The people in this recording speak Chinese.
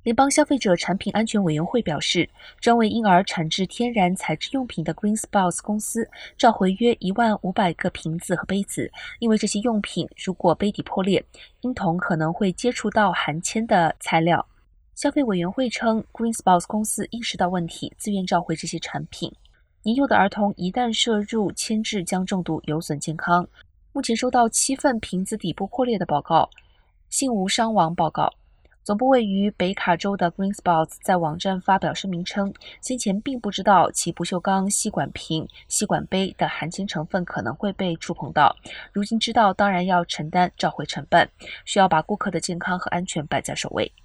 联邦消费者产品安全委员会表示，专为婴儿产制天然材质用品的 Green Spouse 公司召回约15000个瓶子和杯子，因为这些用品如果杯底破裂，婴童可能会接触到含铅的材料。消费委员会称 ，Green Spouse 公司意识到问题，自愿召回这些产品。年幼的儿童一旦摄入铅质将中毒，有损健康。目前收到7份瓶子底部破裂的报告，幸无伤亡报告。总部位于北卡州的 Green Spouse 在网站发表声明称，先前并不知道其不锈钢吸管瓶、吸管杯的含铅成分可能会被触碰到，如今知道当然要承担召回成本，需要把顾客的健康和安全摆在首位。